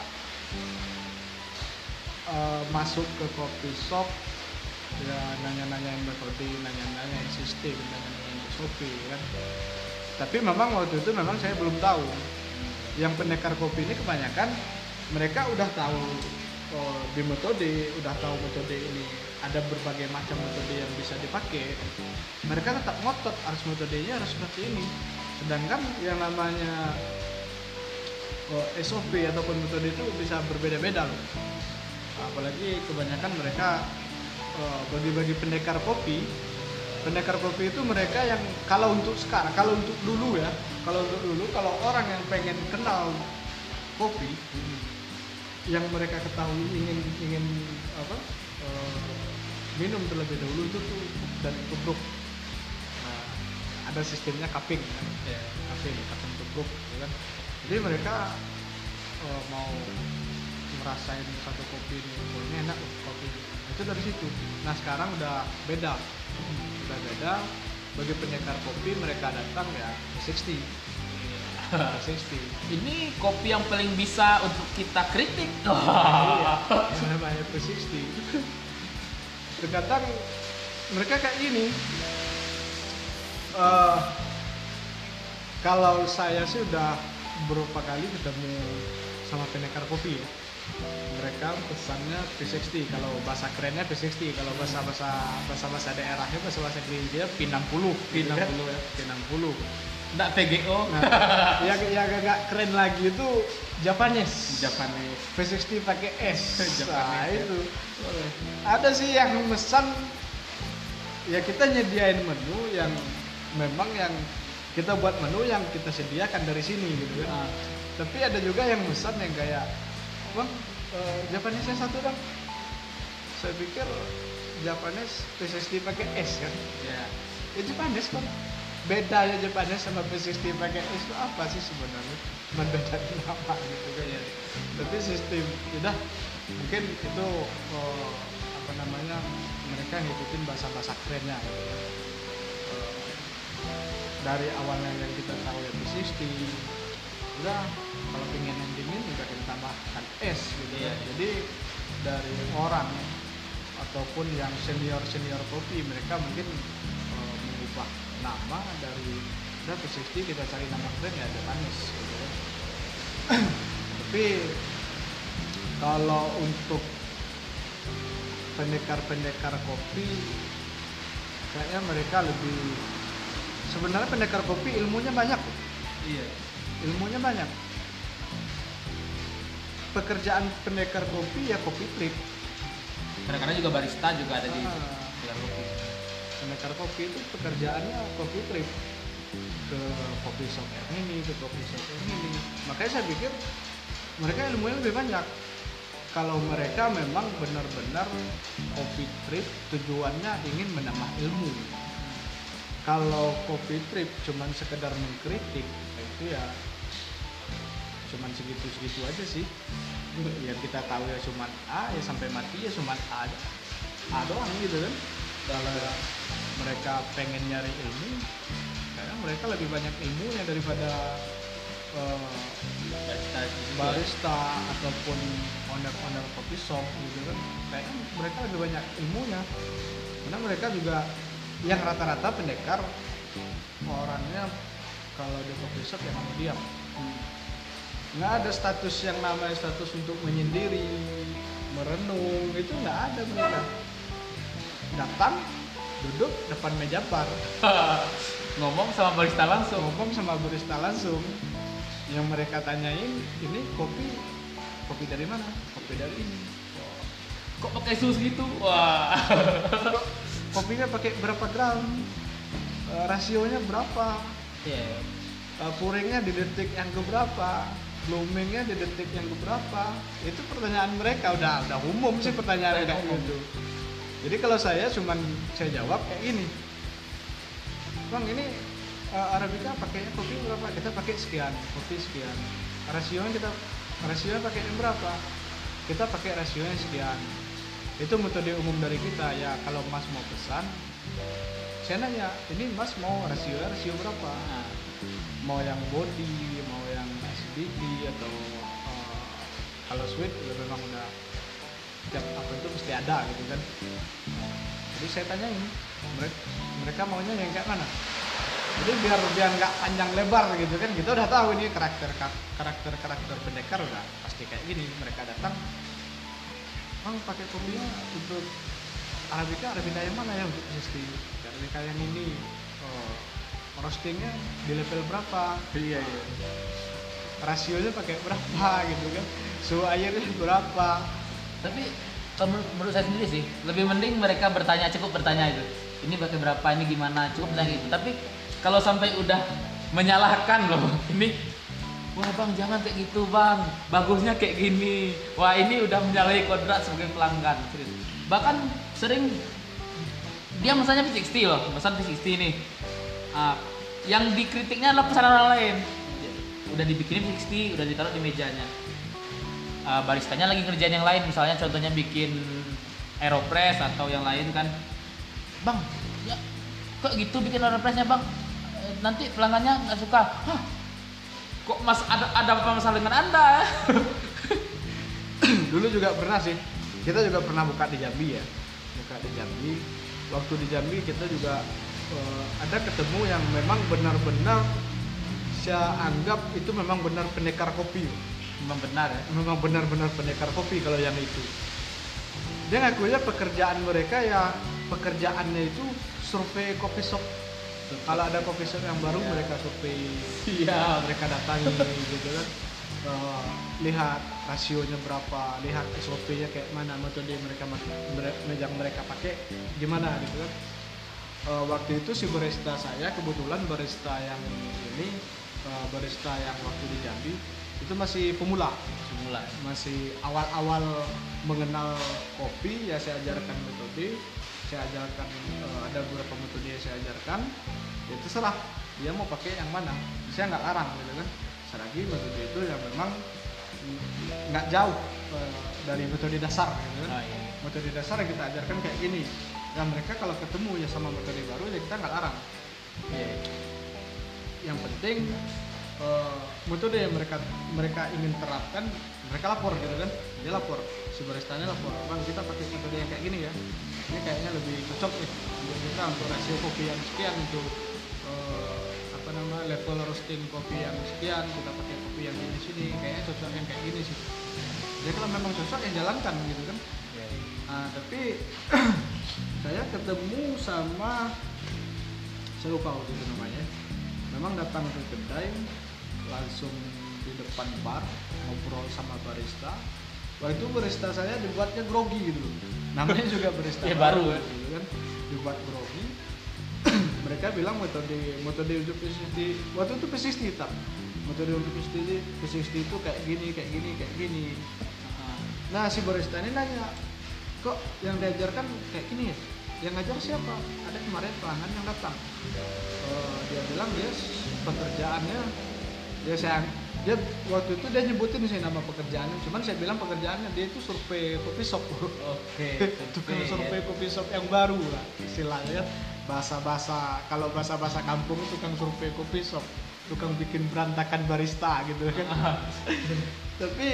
uh, masuk ke coffee shop ya, nanya-nanyain metode, nanya-nanyain sistem, nanya-nanyain S O P kan. Tapi memang waktu itu memang saya belum tahu. Yang pendekar kopi ini kebanyakan mereka udah tahu oh, di metode, udah tahu metode ini ada berbagai macam metode yang bisa dipakai. Mereka tetap ngotot harus metodenya harus seperti ini. Sedangkan yang namanya oh, S O P ataupun metode itu bisa berbeda-beda loh. Apalagi kebanyakan mereka oh, bagi-bagi pendekar kopi. Pendekar kopi itu mereka yang kalau untuk sekarang, kalau untuk dulu ya, kalau untuk dulu kalau orang yang pengen kenal kopi, yang mereka ketahui ingin ingin apa uh, minum terlebih dahulu itu tuh dan tubruk. Nah, ada sistemnya cupping kan, Iya. cupping, cupping tubruk, gitu kan. Jadi mereka uh, mau ngerasain satu kopi ini, oh, ini enak loh kopi. Itu dari situ. Nah sekarang udah beda, udah beda. Bagi penyekar kopi mereka datang ya enam puluh. enam puluh. Ini kopi yang paling bisa untuk kita kritik. Iya, yang namanya P enam puluh. Terkadang mereka kayak gini. Uh, kalau saya sih udah beberapa kali ketemu sama penyekar kopi ya. Mereka pesannya P enam puluh, kalau bahasa kerennya P enam puluh, kalau bahasa bahasa bahasa bahasa daerahnya bahasa bahasa Indonesia P enam puluh, P enam puluh ya. P enam puluh. Nggak P G O. Nah, yang yang agak keren lagi itu Japanese. Japanese. P enam puluh pakai S. Japanese, Nah, ya. itu. Ada sih yang mesan, ya kita nyediain menu yang memang yang kita buat menu yang kita sediakan dari sini gitu kan. Nah, Tapi ada juga yang mesan yang kayak, bang, uh, Japanese satu dong. Saya pikir Japanese P enam puluh pakai S kan. ya. Ya Japanese kan. Bedanya Japanese sama P enam puluh pakai S itu apa sih sebenarnya? Membedakan apa gitu kan. Iya. Tapi sistem udah mungkin itu uh, apa namanya, mereka ngikutin bahasa-bahasa kerennya gitu kan. Uh, dari awalnya yang kita tahu ya P enam puluh, udah kalau pengen yang dingin udah kita tambahkan es gitu Iya, ya. iya. Jadi dari orang ataupun yang senior senior kopi mereka mungkin uh, mengubah nama dari udah P enam puluh kita cari nama keren ya ada manis gitu kan. Tapi kalau untuk pendekar-pendekar kopi kayaknya mereka lebih, sebenarnya pendekar kopi ilmunya banyak. Iya. Ilmunya banyak. Pekerjaan pendekar kopi ya kopi trip. Kadang-kadang juga barista juga ada di Ah. pendekar kopi. Pendekar kopi itu pekerjaannya kopi trip, ke kopi shop yang ini, ke kopi shop yang ini. Makanya saya pikir mereka ilmunya lebih banyak. Kalau mereka memang benar-benar kopi trip tujuannya ingin menambah ilmu. Kalau kopi trip cuman sekedar mengkritik, itu ya cuman segitu-segitu aja sih. Yang kita tahu ya cuman A, ya sampai mati ya cuman A, A doang gitu kan. Kalau mereka pengen nyari ilmu, karena mereka lebih banyak ilmunya daripada uh, Barista juga. barista ataupun owner-owner coffee shop gitu kan. Kayaknya mereka lebih banyak ilmunya. Karena mereka juga yang rata-rata pendekar orangnya kalau di coffee shop yang diam. Nggak ada status yang namanya status untuk menyendiri, merenung, itu nggak ada mereka. Datang, duduk depan meja bar, Ngomong sama barista langsung. ngomong sama barista langsung. Yang mereka tanyain, ini kopi, kopi dari mana? Kopi dari ini. Kok pakai sus gitu? Wah. Kok kopinya pakai berapa gram? Eh, rasionya berapa? Iya. Uh, pouringnya di detik yang keberapa, bloomingnya di detik yang keberapa. Itu pertanyaan mereka, udah udah umum sih pertanyaan Udah kayak umum. gitu. Jadi kalau saya cuman saya jawab kayak gini, bang ini uh, Arabica pakainya kopi berapa? Kita pakai sekian, kopi sekian. Rasionya kita rasionya pakai yang berapa? Kita pakai rasionya sekian. Itu metode umum dari kita ya. Kalau Mas mau pesan, saya nanya, ini Mas mau rasio rasio berapa? Nah, Mau yang body, mau yang acidity atau uh, kalau sweet ya memang udah tiap apa itu mesti ada gitu kan. Jadi saya tanyain mereka, mereka maunya yang kayak mana. Jadi biar biar nggak panjang lebar gitu kan, kita udah tahu ini karakter karakter karakter pendekar udah pasti kayak gini. Mereka datang, bang pakai kopinya untuk Arabica, Arabica yang mana ya untuk pasti Arabica yang ini. Oh, roastingnya di level berapa? iya iya. Rasionya pakai berapa gitu kan? Suhu airnya berapa? Tapi kalau menurut, menurut saya sendiri sih lebih mending mereka bertanya, cukup bertanya itu. Ini pakai berapa? Ini gimana? Cukup bertanya gitu. Tapi kalau sampai udah menyalahkan loh, ini wah bang jangan kayak gitu bang, bagusnya kayak gini. Wah ini udah menyalahi kodrat sebagai pelanggan. Serius. Bahkan sering dia masanya V enam puluh loh, pesan V enam puluh nih. Uh, yang dikritiknya adalah pesanan orang lain. Udah dibikinin V enam puluh, udah ditaruh di mejanya. Uh, baristanya lagi ngerjain yang lain, misalnya contohnya bikin Aeropress atau yang lain kan. Bang, ya kok gitu bikin Aeropressnya bang? E, nanti pelanggannya nggak suka. Hah? Kok mas ada ada apa masalah dengan anda? Dulu juga pernah sih, kita juga pernah buka di Jambi ya, buka di Jambi. Waktu di Jambi kita juga uh, ada ketemu yang memang benar-benar saya anggap itu memang benar pendekar kopi. Memang benar ya? Memang benar-benar pendekar kopi kalau yang itu. Dia ngakunya pekerjaan mereka ya, pekerjaannya itu survei kopi shop. Kalau ada kopi shop yang baru ya, mereka survei, ya mereka datangi gitu kan. Uh, lihat rasionya berapa, lihat S O P-nya kayak mana, metode mereka yang mereka pakai gimana gitu kan. Uh, waktu itu si barista saya, kebetulan barista yang ini, uh, barista yang waktu di Jambi itu masih pemula, pemula, masih awal-awal mengenal kopi ya. Saya ajarkan metode, saya ajarkan uh, ada beberapa metode yang saya ajarkan. Ya terserah dia mau pakai yang mana, saya nggak larang gitu kan. Selagi metode itu yang memang nggak jauh uh, dari metode dasar gitu kan. Oh, iya. Metode dasar yang kita ajarkan kayak gini. Ya mereka kalau ketemu ya sama metode baru ya kita nggak larang. Yeah. Yang penting uh, metode yang mereka mereka ingin terapkan, mereka lapor gitu kan. Dia lapor, si baristanya lapor, bang kita pakai metode yang kayak gini ya. Ini kayaknya lebih cocok nih buat kita untuk rasio kopi yang sekian, untuk uh, apa nama level roasting kopi yang sekian, kita pakai kopi yang di sini, kayaknya cocok yang kayak gini sih. Jadi kalau memang cocok ya jalankan gitu kan. Nah, tapi saya ketemu sama, saya lupa waktu itu namanya, memang datang ke kedai langsung di depan bar ngobrol sama barista. Wah itu barista saya dibuatnya grogi gitu, namanya juga barista ya, baru ya. Gitu kan, dibuat grogi. Mereka bilang metode metode untuk P enam puluh waktu itu P enam puluh hitam, metode untuk P enam puluh itu kayak gini kayak gini kayak gini. Nah si barista ini nanya, kok yang diajarkan kayak gini ya? Yang ngajar siapa? Ada kemarin pelanggan yang datang. Uh, dia bilang dia pekerjaannya, dia saya dia waktu itu dia nyebutin sih nama pekerjaannya, cuman saya bilang pekerjaannya dia itu survei kopi shop. Oke. Tukang survei kopi shop yang baru lah istilahnya. Bahasa-bahasa kalau bahasa-bahasa kampung itu tukang survei kopi shop, tukang bikin berantakan barista gitu kan. Tapi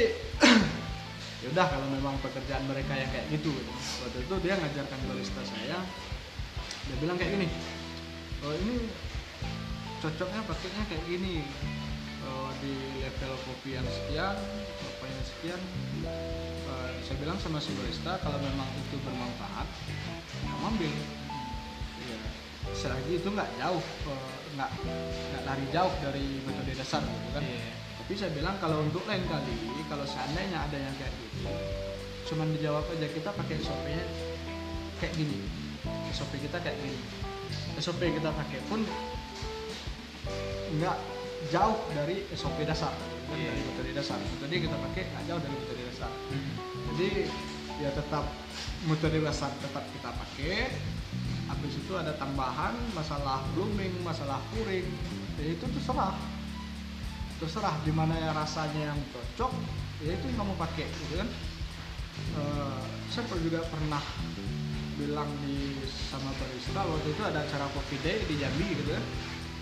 ya udah kalau memang pekerjaan mereka yang kayak gitu. Waktu itu dia ngajarkan barista saya, dia bilang kayak gini, oh ini cocoknya pakainya kayak gini, oh, di level kopi yang sekian, kopi yang sekian. Uh, saya bilang sama si barista kalau memang itu bermanfaat, kamu ambil. Ya, selagi itu nggak jauh, uh, nggak nggak lari jauh dari metode dasar gitu kan. Yeah. Tapi saya bilang kalau untuk lain kali, kalau seandainya ada yang kayak gitu, cuman dijawab aja, kita pakai S O P-nya kayak gini, S O P kita kayak gini, S O P kita pakai pun nggak jauh dari S O P dasar, kan? Yeah. Dari metode dasar. Metode kita pakai nggak jauh dari metode dasar. Hmm. Jadi ya tetap metode dasar tetap kita pakai. Habis itu ada tambahan masalah blooming, masalah pouring, ya itu terserah. Terserah gimana ya rasanya yang cocok, ya itu yang kamu pakai gitu kan. Uh, saya juga pernah bilang di sama barista waktu itu ada acara Coffee Day di Jambi gitu kan.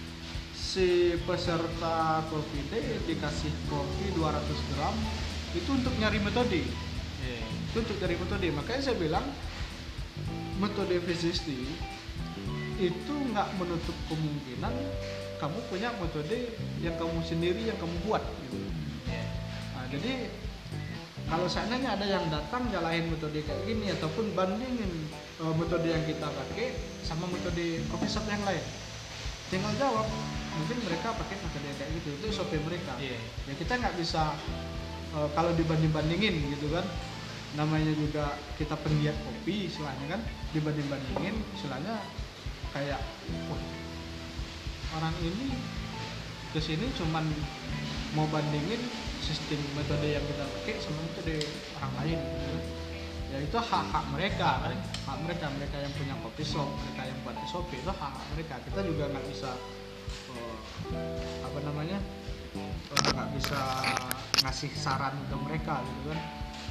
Si peserta Coffee Day dikasih kopi dua ratus gram itu untuk nyari metode. Yeah. Itu untuk nyari metode. Makanya saya bilang metode V enam puluh itu nggak menutup kemungkinan kamu punya metode yang kamu sendiri yang kamu buat gitu. Nah, jadi kalau seandainya ada yang datang nyalahin metode kayak gini ataupun bandingin uh, metode yang kita pakai sama metode coffee shop yang lain, tinggal jawab mungkin mereka pakai metode kayak gitu, itu S O P mereka. Yeah. Ya kita nggak bisa uh, kalau dibanding-bandingin gitu kan, namanya juga kita penggiat kopi istilahnya kan, dibanding-bandingin istilahnya kayak wah, orang ini kesini cuman mau bandingin sistem metode yang kita pakai sama metode orang lain gitu. ya itu hak-hak mereka kan, hak mereka mereka yang punya coffee shop, mereka yang buat S O P itu hak-hak mereka. Kita juga nggak bisa uh, apa namanya nggak uh, bisa ngasih saran ke mereka gitu kan.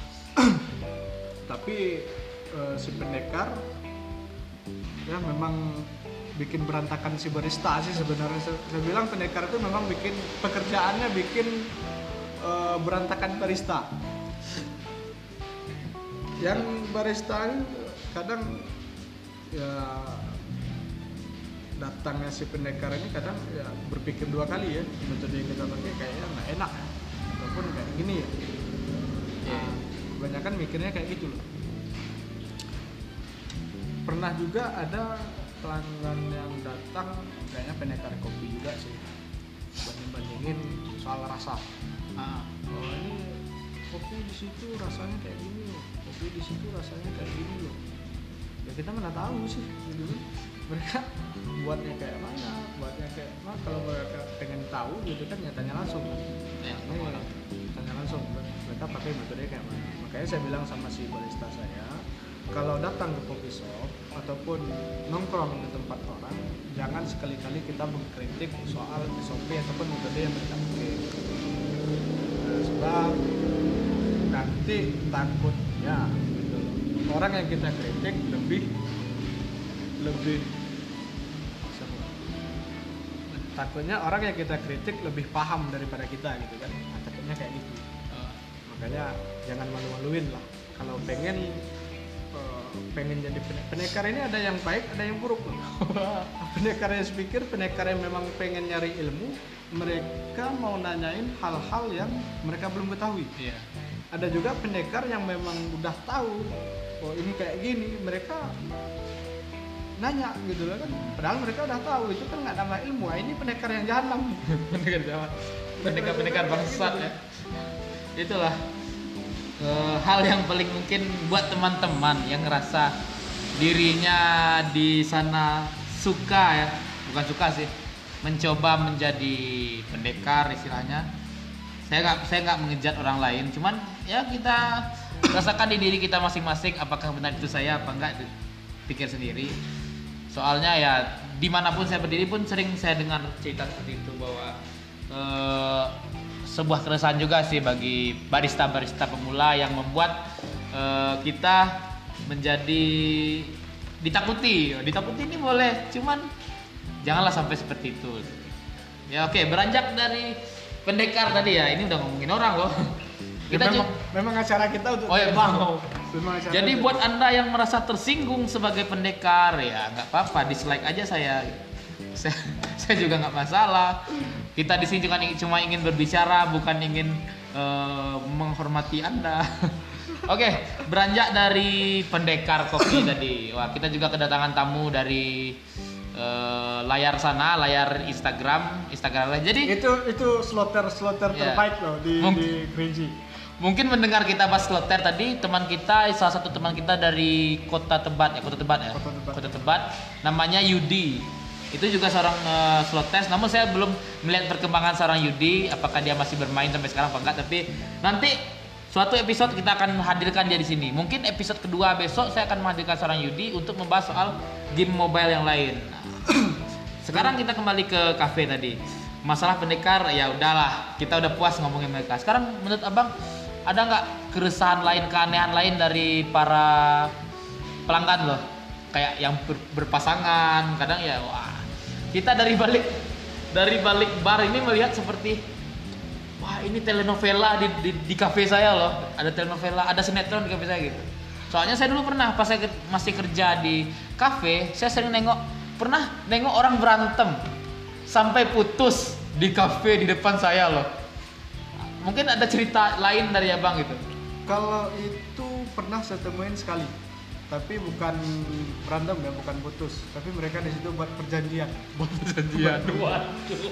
Tapi uh, si pendekar ya memang bikin berantakan si barista sih sebenarnya. Saya bilang pendekar itu memang bikin pekerjaannya bikin uh, berantakan barista. Yang barista kadang ya datangnya si pendekar ini kadang ya berpikir dua kali ya, metode yang kita pakai kayaknya nggak enak ya, ataupun kayak gini ya. Nah, kebanyakan mikirnya kayak gitu loh. Pernah juga ada pelanggan yang datang kayaknya pendekar kopi juga sih, banding-bandingin soal rasa. Ah, oh ini kopi di situ rasanya kayak gini loh, kopi di situ rasanya kayak gini loh. Ya kita mana tahu sih gitu. Mereka buatnya kayak mana, buatnya kayak mana. Kalau mereka pengen tahu gitu kan ya tanya langsung kan. Ya, ini, tanya langsung mereka pakai metode kayak mana. Makanya saya bilang sama si barista saya, kalau datang ke coffee shop ataupun nongkrong di tempat orang, jangan sekali-kali kita mengkritik soal S O P ataupun metode yang mereka pakai. Nah, sebab nanti takutnya gitu loh, orang yang kita kritik lebih lebih takutnya orang yang kita kritik lebih paham daripada kita gitu kan. Nah, takutnya kayak gitu. Uh, makanya jangan malu-maluin lah kalau pengen uh, pengen jadi pendekar. Ini ada yang baik ada yang buruk. Pendekar yang speaker, pendekar yang memang pengen nyari ilmu, mereka mau nanyain hal-hal yang mereka belum ketahui. Yeah. Ada juga pendekar yang memang udah tahu, oh ini kayak gini, mereka nanya gitu loh kan. Padahal mereka udah tahu, itu kan nggak nambah ilmu. Ah, ini pendekar yang jahanam. Pendekar jahat, pendekar-pendekar bangsat ya. Itulah uh, hal yang paling mungkin buat teman-teman yang ngerasa dirinya di sana suka ya, bukan suka sih, mencoba menjadi pendekar istilahnya. Saya nggak saya nggak mengejat orang lain, cuman ya kita rasakan di diri kita masing-masing apakah benar itu saya apa enggak, pikir sendiri. Soalnya ya dimanapun saya berdiri pun sering saya dengar cerita seperti itu bahwa eh, sebuah keresahan juga sih bagi barista-barista pemula yang membuat eh, kita menjadi ditakuti. Ditakuti ini boleh, cuman janganlah sampai seperti itu. Ya oke, beranjak dari pendekar tadi ya, ini udah ngomongin orang loh. Kita ya, memang, ju- memang acara kita untuk oh ya bang. Jadi itu. buat anda yang merasa tersinggung sebagai pendekar ya nggak apa-apa, dislike aja saya. saya. Saya juga nggak masalah. Kita di sini cuma ingin, cuma ingin berbicara, bukan ingin uh, menghormati anda. Oke, beranjak dari pendekar kopi tadi. Wah, kita juga kedatangan tamu dari uh, layar sana, layar Instagram, Instagram. Jadi itu itu slotter slotter ya, terbaik loh di mung- di Kerinci. Mungkin mendengar kita bahas kloter tadi, teman kita, salah satu teman kita dari Kota Tebat ya, Kota Tebat ya, Kota Tebat, Kota Tebat namanya Yudi. Itu juga seorang uh, slow test, namun saya belum melihat perkembangan seorang Yudi, apakah dia masih bermain sampai sekarang apa enggak. Tapi nanti suatu episode kita akan hadirkan dia di sini. Mungkin episode kedua besok saya akan menghadirkan seorang Yudi untuk membahas soal game mobile yang lain. Nah, sekarang kita kembali ke kafe tadi. Masalah pendekar ya udahlah, kita udah puas ngomongin mereka. Sekarang menurut abang ada nggak keresahan lain, keanehan lain dari para pelanggan loh? Kayak yang ber- berpasangan, kadang ya wah, kita dari balik dari balik bar ini melihat seperti wah ini telenovela di di, di kafe saya loh. Ada telenovela, ada sinetron di kafe saya gitu. Soalnya saya dulu pernah pas saya ke- masih kerja di kafe, saya sering nengok, pernah nengok orang berantem sampai putus di kafe di depan saya loh. Mungkin ada cerita lain dari abang gitu. Kalau itu pernah saya temuin sekali, tapi bukan berantem ya, bukan putus, tapi mereka di situ buat perjanjian. Buat perjanjian. Waduh.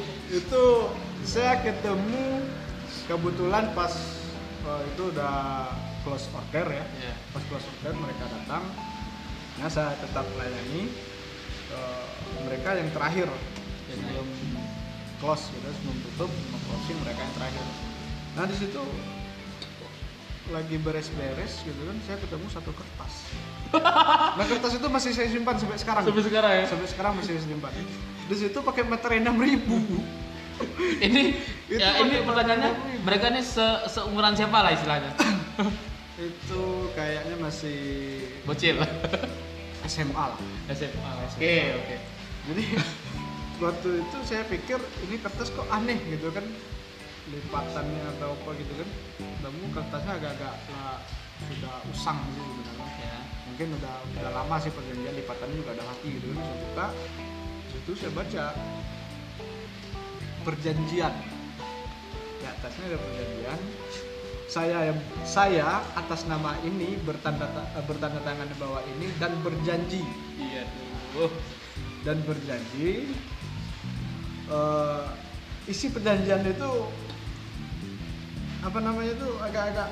Itu saya ketemu kebetulan pas oh, itu udah close order ya. Yeah. Pas close order mereka datang, nah saya tetap layani uh, mereka yang terakhir sebelum close gitu, sebelum tutup, sebelum closing mereka yang terakhir. Nah di situ lagi beres-beres gitu kan, saya ketemu satu kertas. Nah kertas itu masih saya simpan sampai sekarang. Sampai sekarang ya? Sampai sekarang masih saya simpan. Di situ pakai materai enam ribu. Ini Itu ya ini pakai pertanyaannya enam ribu. mereka ini se seumuran siapa lah istilahnya? Itu kayaknya masih Bocil. S M A lah. S M A. Oke, oke. Jadi waktu itu saya pikir ini kertas kok aneh gitu kan, lipatannya atau apa gitu kan. Namun kertasnya agak-agak lah, sudah usang sih sebenarnya. Ya. Mungkin udah udah lama sih perjanjian, lipatannya juga ada mati gitu kan. Saya buka, itu saya baca perjanjian. Di atasnya ada perjanjian. Saya yang saya atas nama ini bertanda bertanda tangan di bawah ini dan berjanji Iya tuh. dan berjanji uh, isi perjanjian itu apa namanya itu agak-agak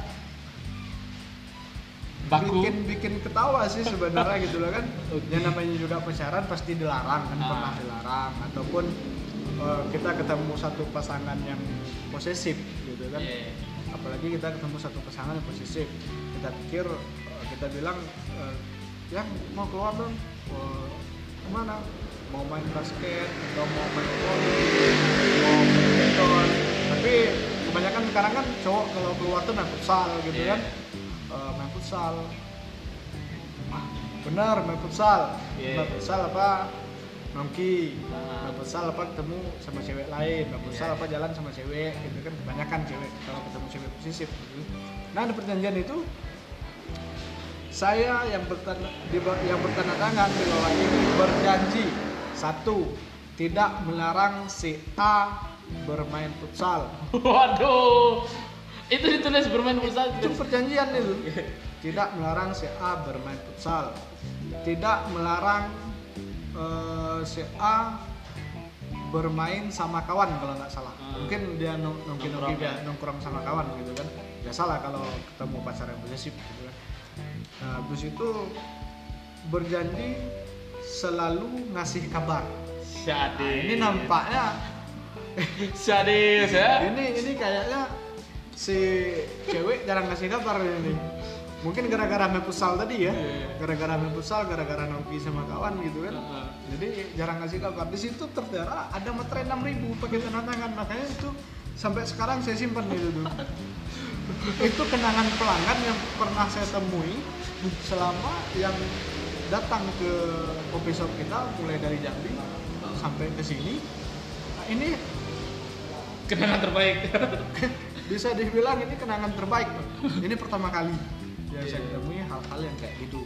Baku. bikin bikin ketawa sih sebenarnya gitu loh kan. Okay. Yang namanya juga pacaran pasti dilarang kan, Ah. pernah dilarang ataupun uh, kita ketemu satu pasangan yang posesif gitu kan. Yeah. Apalagi kita ketemu satu pasangan yang posesif, kita pikir uh, kita bilang uh, yang mau keluar dong, uh, kemana, mau main basket atau mau main volley, mau main badminton. Tapi kebanyakan sekarang kan cowok kalau keluar tuh main futsal gitu Yeah. kan, uh, main futsal. Ah, benar main futsal, Yeah. main futsal apa? Nongki, Ah. main futsal apa ketemu sama cewek lain, main futsal Yeah. apa jalan sama cewek gitu kan, kebanyakan cewek kalau ketemu cewek posesif gitu. Nah di perjanjian itu saya yang bertanda di, yang bertanda tangan di bawah ini berjanji satu, tidak melarang si A bermain futsal. Waduh. Itu ditulis bermain futsal. Itu perjanjian itu. Tidak melarang si A bermain futsal. Tidak melarang uh, si A bermain sama kawan kalau nggak salah. Hmm. Mungkin dia nong- nongki-nongki Nongkrong, dia ya. nongkrong sama kawan gitu kan. Biasalah kalau ketemu pacar yang posesif gitu kan. Nah, habis itu berjanji selalu ngasih kabar. Syadis. Nah, ini nampaknya Syadis ya. ini ini kayaknya si cewek jarang ngasih kabar ini. Mungkin gara-gara main futsal tadi ya. Iya. Gara-gara main futsal, gara-gara nongki sama kawan gitu kan. Heeh. Jadi jarang ngasih kabar. Di situ tertera ada materai enam ribu pakai tanda tangan. Makanya itu sampai sekarang saya simpan itu tuh. Itu kenangan pelanggan yang pernah saya temui selama yang datang ke kopi shop kita mulai dari Jambi sampai ke sini. Nah, ini Kenangan terbaik. bisa dibilang ini kenangan terbaik. Ini pertama kali yang saya temui hal-hal yang kayak gitu.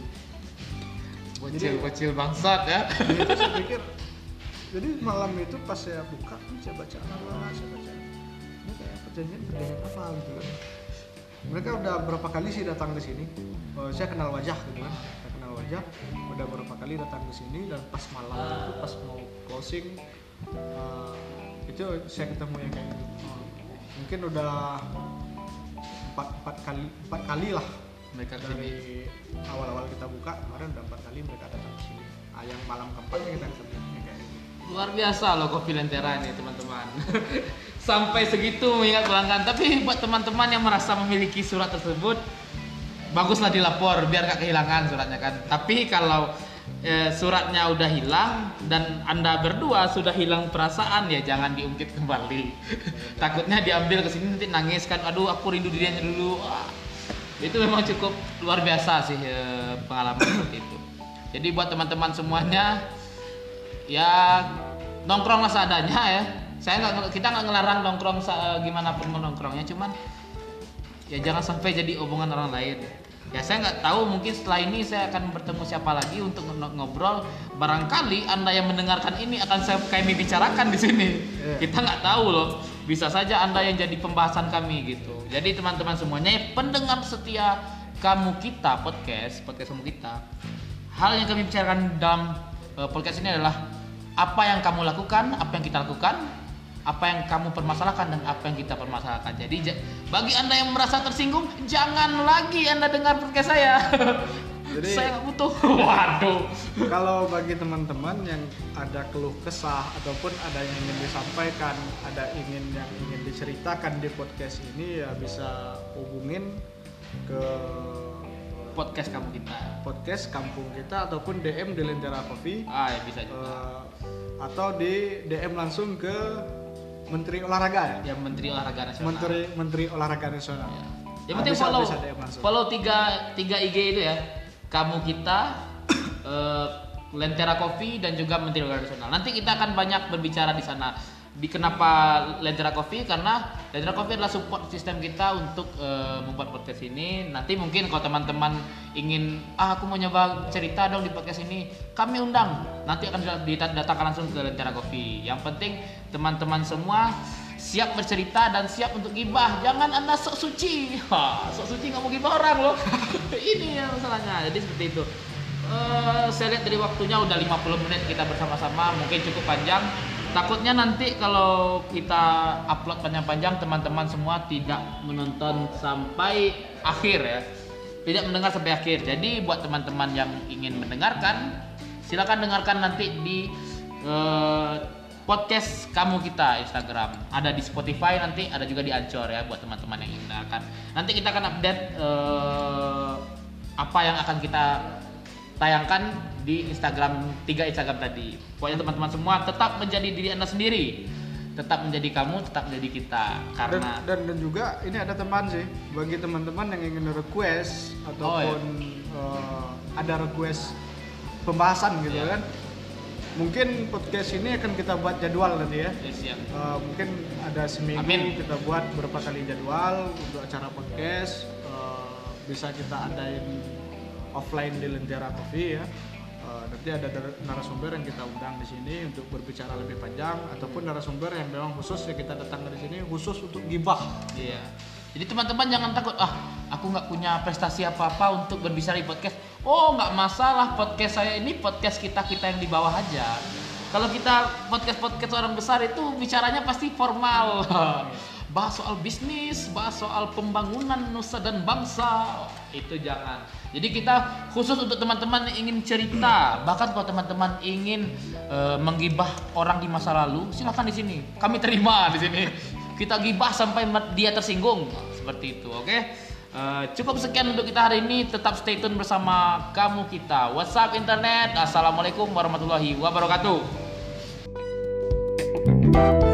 Bocil-bocil bangsat ya. Jadi itu saya pikir, jadi malam itu pas saya buka, saya baca apa, saya baca ini kayak perjanjian perjanjian apa gitu kan. Mereka udah berapa kali sih datang ke sini. Oh, saya kenal wajah gitu kan. Saya kenal wajah, udah berapa kali datang ke sini dan pas malam itu pas mau closing uh, itu saya ketemu yang kayak gitu. Oh, mungkin udah empat, empat kali empat kali lah Mereka kesini. dari awal-awal kita buka kemarin udah empat kali mereka datang ke sini. Ah, yang malam keempatnya kita ketemu yang kayak gitu. Luar biasa loh Kopi Lentera ini teman-teman. Sampai segitu mengingat pelanggan. Tapi buat teman-teman yang merasa memiliki surat tersebut, baguslah dilapor biar gak kehilangan suratnya kan. Tapi kalau eh, suratnya udah hilang dan Anda berdua sudah hilang perasaan, ya jangan diungkit kembali. Takutnya diambil ke sini nanti nangis kan. Aduh aku rindu dirinya dulu. Wah, itu memang cukup luar biasa sih eh, pengalaman seperti itu. Jadi buat teman-teman semuanya, ya nongkronglah seadanya ya. Saya nggak, kita nggak ngelarang nongkrong sa- gimana pun nongkrongnya, cuman ya jangan sampai jadi omongan orang lain. Ya saya nggak tahu, mungkin setelah ini saya akan bertemu siapa lagi untuk ng- ngobrol. Barangkali Anda yang mendengarkan ini akan saya kami bicarakan di sini. Yeah. Kita nggak tahu loh. Bisa saja Anda yang jadi pembahasan kami gitu. Jadi teman-teman semuanya, pendengar setia kamu kita podcast podcast kamu kita. Hal yang kami bicarakan dalam uh, podcast ini adalah apa yang kamu lakukan, apa yang kita lakukan, apa yang kamu permasalahkan dan apa yang kita permasalahkan. Jadi ja- bagi Anda yang merasa tersinggung, jangan lagi Anda dengar podcast saya. Jadi Saya nggak butuh. Waduh. kalau bagi teman-teman yang ada keluh kesah ataupun ada yang ingin disampaikan, ada ingin yang ingin diceritakan di podcast ini, ya bisa hubungin ke Podcast kamu kita. podcast kampung kita ataupun D M di Lentera Coffee. Ah, ya bisa juga. Uh, atau di D M langsung ke Menteri Olahraga ya. Ya Menteri Olahraga Nasional. Menteri Menteri Olahraga Nasional. Ya. Yang Ah, penting bisa- follow bisa D M langsung. follow tiga tiga I G itu ya. Kamu kita eh, Lentera Coffee dan juga Menteri Olahraga Nasional. Nanti kita akan banyak berbicara di sana. Di kenapa Lentera Coffee? Karena Lentera Coffee adalah support sistem kita untuk eh, membuat podcast ini. Nanti mungkin kalau teman-teman ingin ah aku mau nyoba cerita dong di podcast ini, kami undang. Nanti akan didatangkan langsung ke Lentera Coffee. Yang penting teman-teman semua siap bercerita dan siap untuk gibah. Jangan anda sok suci. Ha, sok suci nggak mau gibah orang loh. Ini yang masalahnya. Jadi seperti itu. Eh, saya lihat dari waktunya udah lima puluh menit kita bersama-sama, mungkin cukup panjang. Takutnya nanti kalau kita upload panjang-panjang teman-teman semua tidak menonton sampai akhir ya. Tidak mendengar sampai akhir. Jadi buat teman-teman yang ingin mendengarkan, silakan dengarkan nanti di eh, podcast kamu kita Instagram. Ada di Spotify nanti, ada juga di Anchor ya buat teman-teman yang ingin mendengarkan. Nanti kita akan update eh, apa yang akan kita tayangkan di Instagram, tiga Instagram tadi. Pokoknya teman-teman semua tetap menjadi diri Anda sendiri. Tetap menjadi kamu, tetap menjadi kita. Karena dan, dan dan juga ini ada teman sih bagi teman-teman yang ingin request ataupun eh, ada request pembahasan gitu Iya. kan. Mungkin podcast ini akan kita buat jadwal nanti ya. yes, ya. Eh, mungkin ada seminggu Amin. kita buat berapa kali jadwal untuk acara podcast. Eh, bisa kita adain offline di Lentera Coffee ya. Uh, nanti ada dar- narasumber yang kita undang di sini untuk berbicara lebih panjang ataupun narasumber yang memang khusus ya kita datang di sini khusus untuk gibah. Iya. Jadi teman-teman jangan takut, ah aku nggak punya prestasi apa-apa untuk berbicara di podcast. Oh nggak masalah, podcast saya ini podcast kita kita yang di bawah aja. Kalau kita podcast-podcast orang besar itu bicaranya pasti formal. Bahas soal bisnis, bahas soal pembangunan nusa dan bangsa. Itu jangan. Jadi kita khusus untuk teman-teman yang ingin cerita, bahkan kalau teman-teman ingin e, menggibah orang di masa lalu, silakan di sini. Kami terima di sini. Kita gibah sampai dia tersinggung. Seperti itu, oke? E, cukup sekian untuk kita hari ini. Tetap stay tune bersama kamu kita. WhatsApp internet. Assalamualaikum warahmatullahi wabarakatuh.